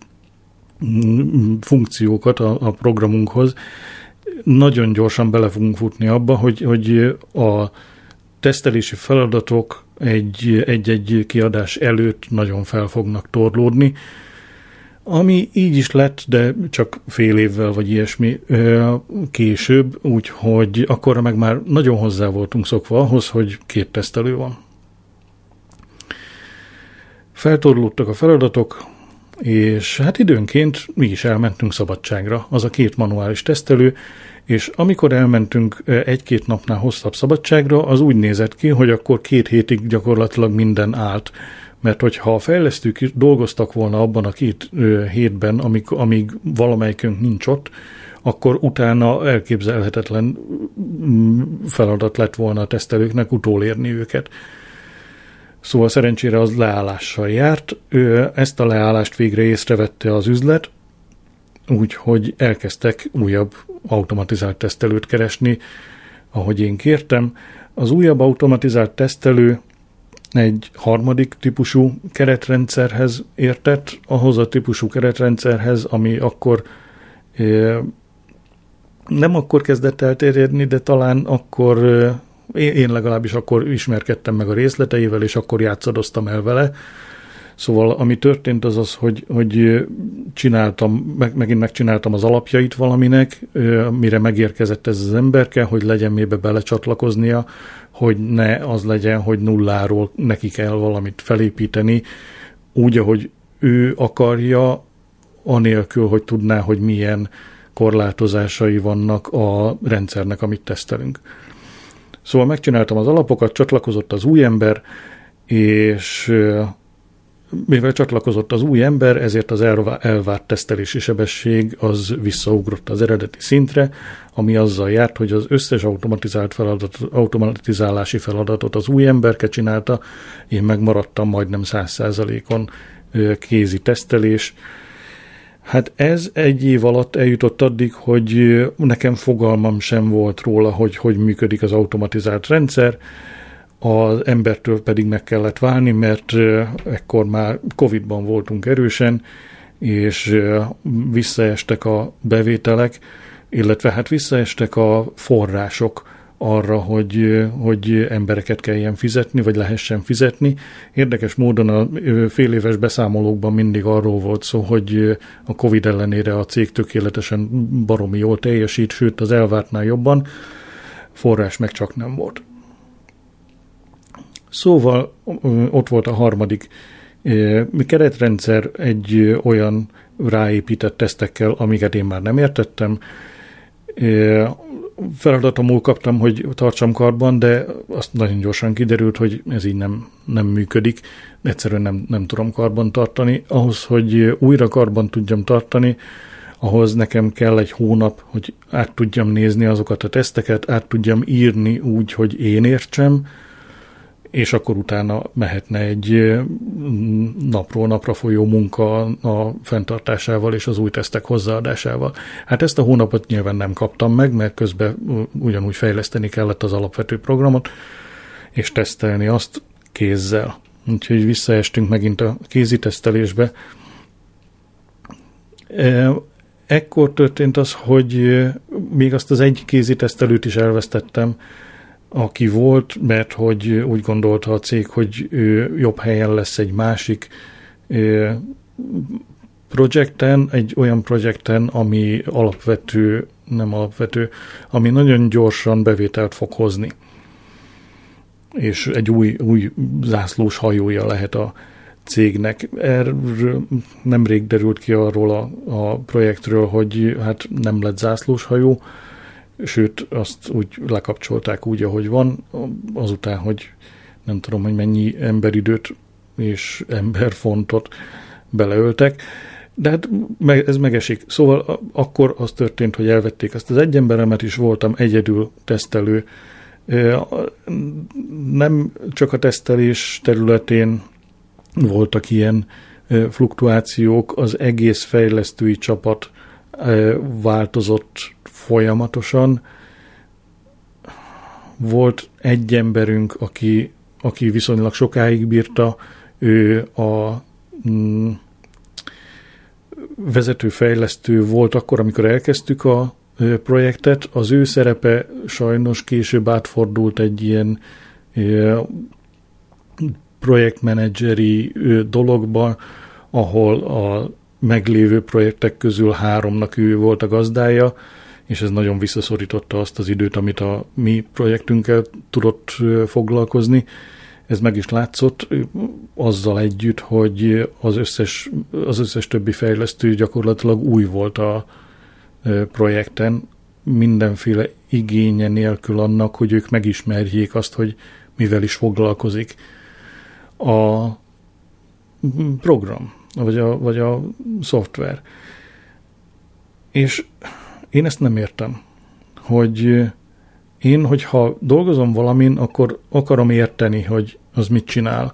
funkciókat a programunkhoz, nagyon gyorsan bele fogunk futni abba, hogy a tesztelési feladatok egy-egy kiadás előtt nagyon fel fognak torlódni, ami így is lett, de csak fél évvel vagy ilyesmi később, úgyhogy akkorra meg már nagyon hozzá voltunk szokva ahhoz, hogy 2 tesztelő van. Feltorlódtak a feladatok, és hát időnként mi is elmentünk szabadságra, az a 2 manuális tesztelő, és amikor elmentünk 1-2 napnál hosszabb szabadságra, az úgy nézett ki, hogy akkor 2 hétig gyakorlatilag minden állt. Mert hogyha a fejlesztők is dolgoztak volna abban a 2 hétben, amíg valamelyikünk nincs ott, akkor utána elképzelhetetlen feladat lett volna a tesztelőknek utolérni őket. Szóval szerencsére az leállással járt. Ezt a leállást végre észrevette az üzlet, úgyhogy elkezdtek újabb automatizált tesztelőt keresni, ahogy én kértem. Az újabb automatizált tesztelő egy harmadik típusú keretrendszerhez értett, ahhoz a típusú keretrendszerhez, ami akkor nem akkor kezdett elterjedni, de talán akkor, én legalábbis akkor ismerkedtem meg a részleteivel, és akkor játszadoztam el vele. Szóval ami történt az, hogy megint megcsináltam az alapjait valaminek, mire megérkezett ez az emberke, hogy legyen mébe belecsatlakoznia, hogy ne az legyen, hogy nulláról neki kell valamit felépíteni, úgy, ahogy ő akarja, anélkül, hogy tudná, hogy milyen korlátozásai vannak a rendszernek, amit tesztelünk. Szóval megcsináltam az alapokat, csatlakozott az új ember, és mivel csatlakozott az új ember, ezért az elvárt tesztelési sebesség az visszaugrott az eredeti szintre, ami azzal járt, hogy az összes automatizálási feladatot az új emberke csinálta, én megmaradtam majdnem 100%-on kézi tesztelés. Hát ez egy év alatt eljutott addig, hogy nekem fogalmam sem volt róla, hogy működik az automatizált rendszer, az embertől pedig meg kellett válni, mert ekkor már Covid-ban voltunk erősen, és visszaestek a bevételek, illetve hát visszaestek a források arra, hogy embereket kelljen fizetni, vagy lehessen fizetni. Érdekes módon a féléves beszámolókban mindig arról volt szó, hogy a Covid ellenére a cég tökéletesen baromi jól teljesít, sőt az elvártnál jobban, forrás meg csak nem volt. Szóval ott volt a harmadik keretrendszer egy olyan ráépített tesztekkel, amiket én már nem értettem. Feladatomul kaptam, hogy tartsam karban, de azt nagyon gyorsan kiderült, hogy ez így nem működik. Egyszerűen nem tudom karban tartani. Ahhoz, hogy újra karban tudjam tartani, ahhoz nekem kell egy hónap, hogy át tudjam nézni azokat a teszteket, át tudjam írni úgy, hogy én értsem, és akkor utána mehetne egy napról napra folyó munka a fenntartásával és az új tesztek hozzáadásával. Hát ezt a hónapot nyilván nem kaptam meg, mert közben ugyanúgy fejleszteni kellett az alapvető programot, és tesztelni azt kézzel. Úgyhogy visszaestünk megint a kézi tesztelésbe. Ekkor történt az, hogy még azt az egy kézi tesztelőt is elvesztettem, aki volt, mert hogy úgy gondolta a cég, hogy ő jobb helyen lesz egy másik projekten, egy olyan projekten, ami nem alapvető, ami nagyon gyorsan bevételt fog hozni. És egy új zászlós hajója lehet a cégnek. Erről nemrég derült ki arról a projektről, hogy hát nem lett zászlós hajó, sőt, azt úgy lekapcsolták úgy, ahogy van, azután, hogy nem tudom, hogy mennyi emberidőt és emberfontot beleöltek, de hát ez megesik. Szóval akkor az történt, hogy elvették azt az egy emberemet is, voltam egyedül tesztelő. Nem csak a tesztelés területén voltak ilyen fluktuációk, az egész fejlesztői csapat változott folyamatosan. Volt egy emberünk, aki viszonylag sokáig bírta, ő a vezetőfejlesztő volt akkor, amikor elkezdtük a projektet. Az ő szerepe sajnos később átfordult egy ilyen projektmenedzseri dologba, ahol a meglévő projektek közül 3-nak ő volt a gazdája, és ez nagyon visszaszorította azt az időt, amit a mi projektünkkel tudott foglalkozni. Ez meg is látszott azzal együtt, hogy az összes többi fejlesztő gyakorlatilag új volt a projekten, mindenféle igénye nélkül annak, hogy ők megismerjék azt, hogy mivel is foglalkozik a program, vagy a szoftver. És én ezt nem értem, hogy én, hogyha dolgozom valamin, akkor akarom érteni, hogy az mit csinál.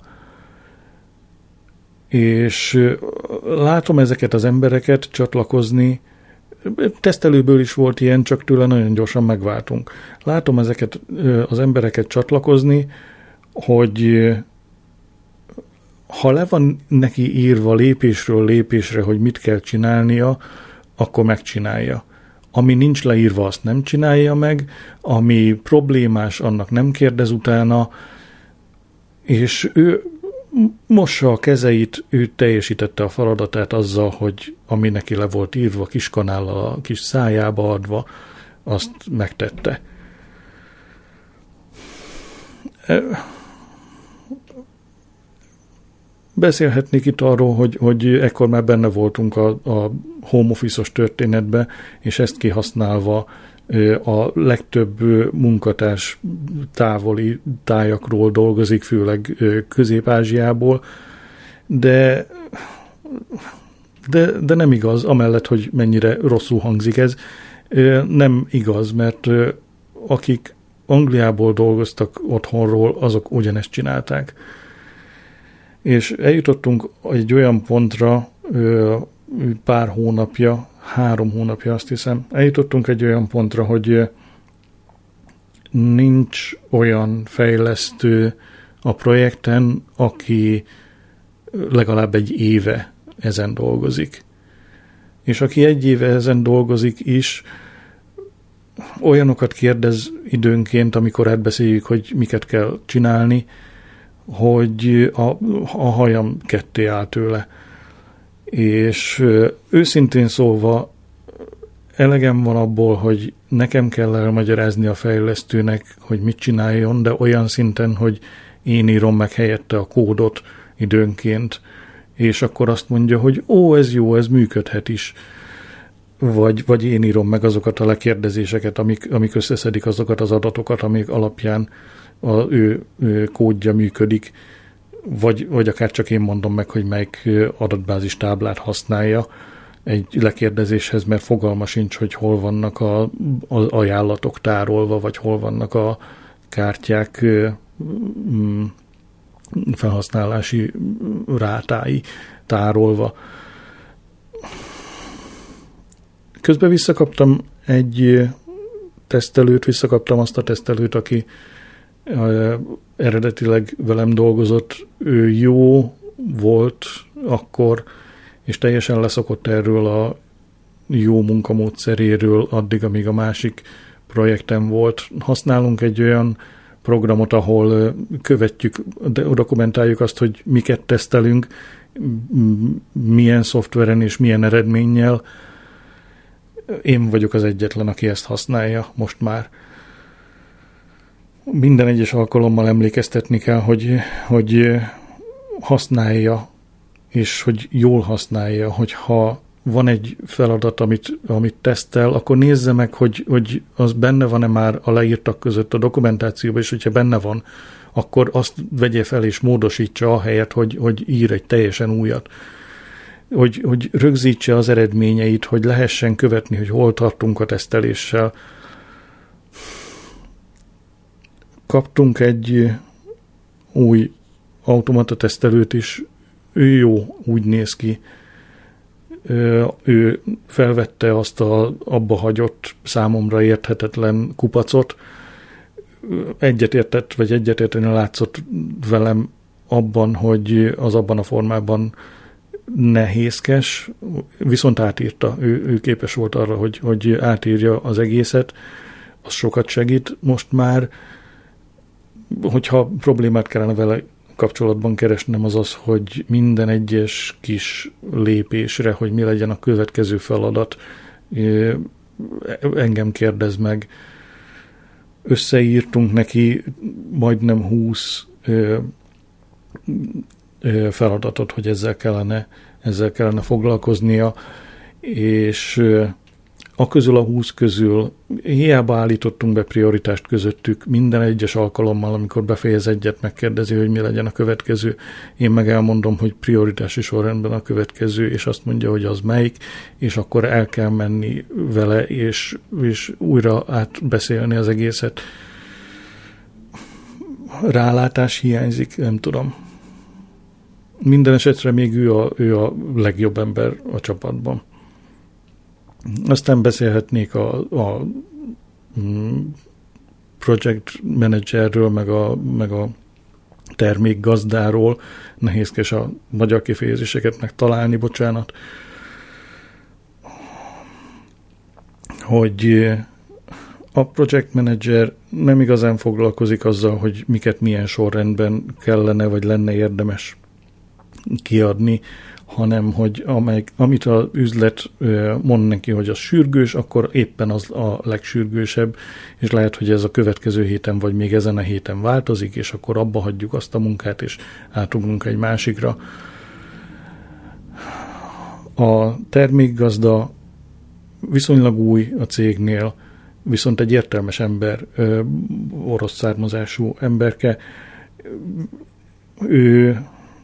És látom ezeket az embereket csatlakozni, tesztelőből is volt ilyen, csak tőle nagyon gyorsan megváltunk. Látom ezeket az embereket csatlakozni, hogy ha le van neki írva lépésről lépésre, hogy mit kell csinálnia, akkor megcsinálja. Ami nincs leírva, azt nem csinálja meg, ami problémás, annak nem kérdez utána, és ő mossa a kezeit, ő teljesítette a feladatát azzal, hogy ami neki le volt írva, kiskanállal a kis szájába adva, azt megtette. Beszélhetnék itt arról, hogy ekkor már benne voltunk a home office-os történetbe, és ezt kihasználva a legtöbb munkatárs távoli tájakról dolgozik, főleg Közép-Ázsiából, de nem igaz, amellett, hogy mennyire rosszul hangzik ez, nem igaz, mert akik Angliából dolgoztak otthonról, azok ugyanezt csinálták. És eljutottunk egy olyan pontra pár hónapja, 3 hónapja azt hiszem, eljutottunk egy olyan pontra, hogy nincs olyan fejlesztő a projekten, aki legalább 1 éve ezen dolgozik. És aki 1 éve ezen dolgozik is, olyanokat kérdez időnként, amikor átbeszéljük, hogy miket kell csinálni, hogy a hajam ketté áll tőle. És őszintén szólva elegem van abból, hogy nekem kell elmagyarázni a fejlesztőnek, hogy mit csináljon, de olyan szinten, hogy én írom meg helyette a kódot időnként, és akkor azt mondja, hogy ez jó, ez működhet is. Vagy én írom meg azokat a lekérdezéseket, amik összeszedik azokat az adatokat, amik alapján az ő kódja működik, vagy akár csak én mondom meg, hogy melyik adatbázis táblát használja egy lekérdezéshez, mert fogalma sincs, hogy hol vannak az ajánlatok tárolva, vagy hol vannak a kártyák felhasználási rátái tárolva. Közben visszakaptam visszakaptam azt a tesztelőt, aki eredetileg velem dolgozott, ő jó volt akkor, és teljesen leszokott erről a jó munkamódszeréről addig, amíg a másik projektem volt. Használunk egy olyan programot, ahol követjük, dokumentáljuk azt, hogy miket tesztelünk, milyen szoftveren és milyen eredménnyel. Én vagyok az egyetlen, aki ezt használja most már. Minden egyes alkalommal emlékeztetni kell, hogy használja, és hogy jól használja, hogyha van egy feladat, amit tesztel, akkor nézze meg, hogy az benne van-e már a leírtak között a dokumentációban, és hogyha benne van, akkor azt vegye fel és módosítsa ahelyett, hogy ír egy teljesen újat. Hogy rögzítse az eredményeit, hogy lehessen követni, hogy hol tartunk a teszteléssel. Kaptunk egy új automata tesztelőt is, ő jó, úgy néz ki. Ő felvette azt abba hagyott, számomra érthetetlen kupacot. Egyetérteni látszott velem abban, hogy az abban a formában nehézkes, viszont átírta. Ő képes volt arra, hogy átírja az egészet, az sokat segít. Most már, hogyha problémát kellene vele kapcsolatban keresnem, az, hogy minden egyes kis lépésre, hogy mi legyen a következő feladat, engem kérdez meg. Összeírtunk neki majdnem 20 feladatot, hogy ezzel kellene foglalkoznia, és a 20 közül hiába állítottunk be prioritást közöttük, minden egyes alkalommal, amikor befejez egyet, megkérdezi, hogy mi legyen a következő. Én meg elmondom, hogy prioritási sorrendben a következő, és azt mondja, hogy az melyik, és akkor el kell menni vele, és újra átbeszélni az egészet. Rálátás hiányzik, nem tudom. Minden esetre még ő a legjobb ember a csapatban. Aztán beszélhetnék a project managerről, meg a termékgazdáról. Nehézkes a magyar kifejezéseket megtalálni, bocsánat. Hogy a project manager nem igazán foglalkozik azzal, hogy miket milyen sorrendben kellene, vagy lenne érdemes kiadni, hanem hogy amit az üzlet mond neki, hogy az sürgős, akkor éppen az a legsürgősebb, és lehet, hogy ez a következő héten, vagy még ezen a héten változik, és akkor abba hagyjuk azt a munkát, és átugrunk egy másikra. A termékgazda viszonylag új a cégnél, viszont egy értelmes ember, orosz származású emberke, ő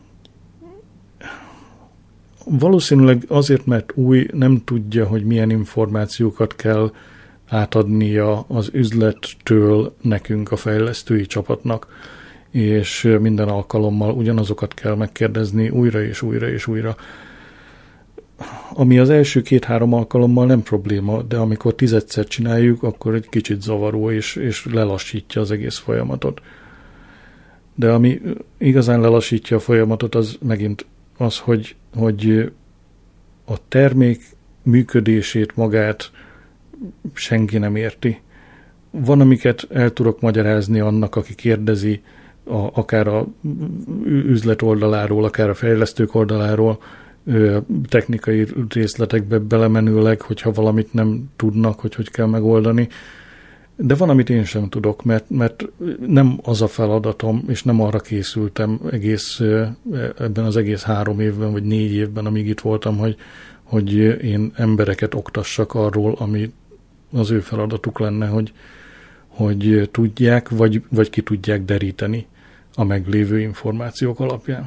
valószínűleg azért, mert új, nem tudja, hogy milyen információkat kell átadnia az üzlettől nekünk, a fejlesztői csapatnak, és minden alkalommal ugyanazokat kell megkérdezni újra és újra és újra. Ami az első 2-3 alkalommal nem probléma, de amikor 10-szer csináljuk, akkor egy kicsit zavaró, és lelassítja az egész folyamatot. De ami igazán lelassítja a folyamatot, az megint az, hogy a termék működését magát senki nem érti. Van, amiket el tudok magyarázni annak, aki kérdezi, akár a üzlet oldaláról, akár a fejlesztők oldaláról, technikai részletekbe belemenőleg, hogyha valamit nem tudnak, hogy kell megoldani. De van, amit én sem tudok, mert nem az a feladatom, és nem arra készültem ebben az egész 3 évben, vagy 4 évben, amíg itt voltam, hogy én embereket oktassak arról, ami az ő feladatuk lenne, hogy tudják, vagy ki tudják deríteni a meglévő információk alapján.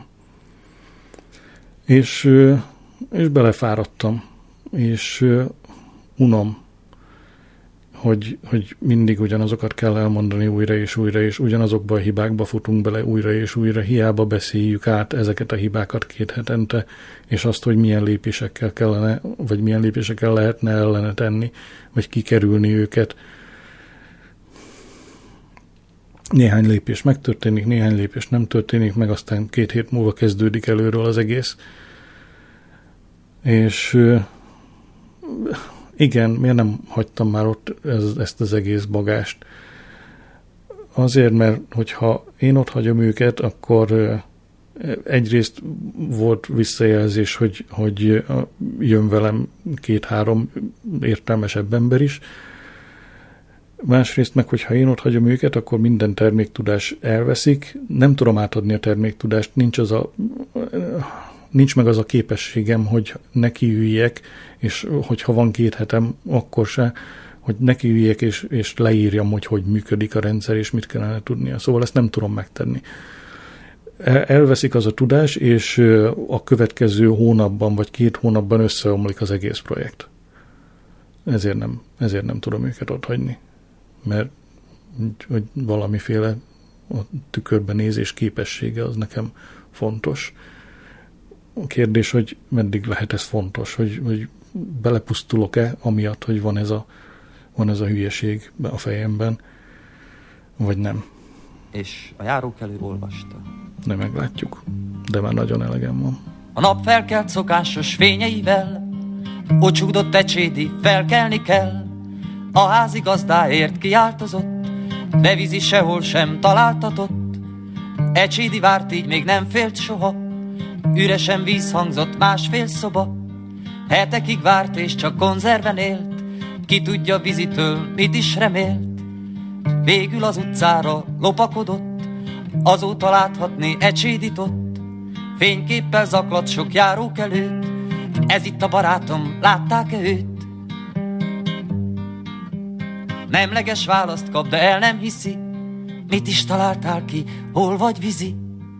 És belefáradtam, és unom, hogy mindig ugyanazokat kell elmondani újra és újra, és ugyanazokba a hibákba futunk bele újra és újra, hiába beszéljük át ezeket a hibákat 2 hetente, és azt, hogy milyen lépésekkel kellene, vagy milyen lépésekkel lehetne ellene tenni, vagy kikerülni őket. Néhány lépés megtörténik, néhány lépés nem történik, meg aztán 2 hét múlva kezdődik előről az egész. És igen, miért nem hagytam már ott ezt az egész bagást? Azért, mert hogyha én ott hagyom őket, akkor egyrészt volt visszajelzés, hogy jön velem 2-3 értelmesebb ember is. Másrészt meg, hogyha én ott hagyom őket, akkor minden terméktudás elveszik. Nem tudom átadni a terméktudást, nincs meg az a képességem, hogy nekiüljek, és hogyha van 2 hetem, akkor se, hogy nekiüljek, és leírjam, hogy működik a rendszer, és mit kellene tudnia. Szóval ezt nem tudom megtenni. Elveszik az a tudás, és a következő hónapban, vagy 2 hónapban összeomlik az egész projekt. Ezért nem tudom őket ott hagyni. Mert hogy valamiféle a tükörben nézés képessége az nekem fontos. A kérdés, hogy meddig lehet ez fontos, hogy belepusztulok-e amiatt, hogy van ez a hülyeség a fejemben, vagy nem.
És a járókelő olvasta.
Nem meglátjuk, de már nagyon elegem van.
A nap felkelt szokásos fényeivel, ocsúdott ecsédi, felkelni kell. A házigazdáért kiáltozott, de vízi sehol sem találtatott. Ecsédi várt, így még nem félt soha, üresen vízhangzott 1,5 szoba. Hetekig várt és csak konzerven élt, ki tudja vízitől mit is remélt. Végül az utcára lopakodott, azóta láthatni Ecsédit ott. Fényképpel zaklat sok járókelőt, ez itt a barátom, látták-e őt? Nemleges választ kap, de el nem hiszi, mit is találtál ki, hol vagy vízi?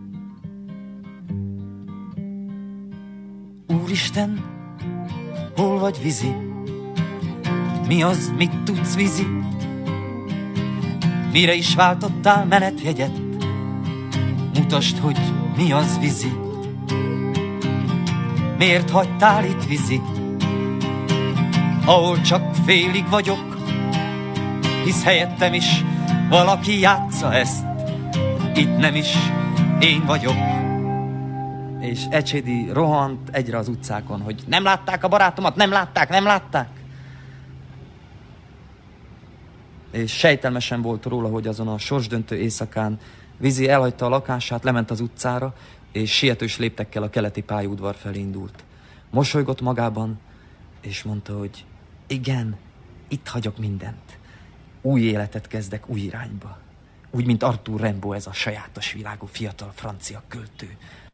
Úristen, hol vagy vízi? Mi az, mit tudsz vízi? Mire is váltottál menetjegyet? Mutasd, hogy mi az vízi. Miért hagytál itt vízi? Ahol csak félig vagyok, hisz helyettem is valaki játsza ezt. Itt nem is én vagyok.
És Ecsédi rohant egyre az utcákon, hogy nem látták a barátomat, nem látták. És sejtelmesen volt róla, hogy azon a sorsdöntő éjszakán Vizi elhagyta a lakását, lement az utcára, és sietős léptekkel a keleti pályaudvar felé indult. Mosolygott magában, és mondta, hogy igen, itt hagyok mindent. Új életet kezdek új irányba. Úgy, mint Arthur Rimbaud, ez a sajátos világú fiatal francia költő.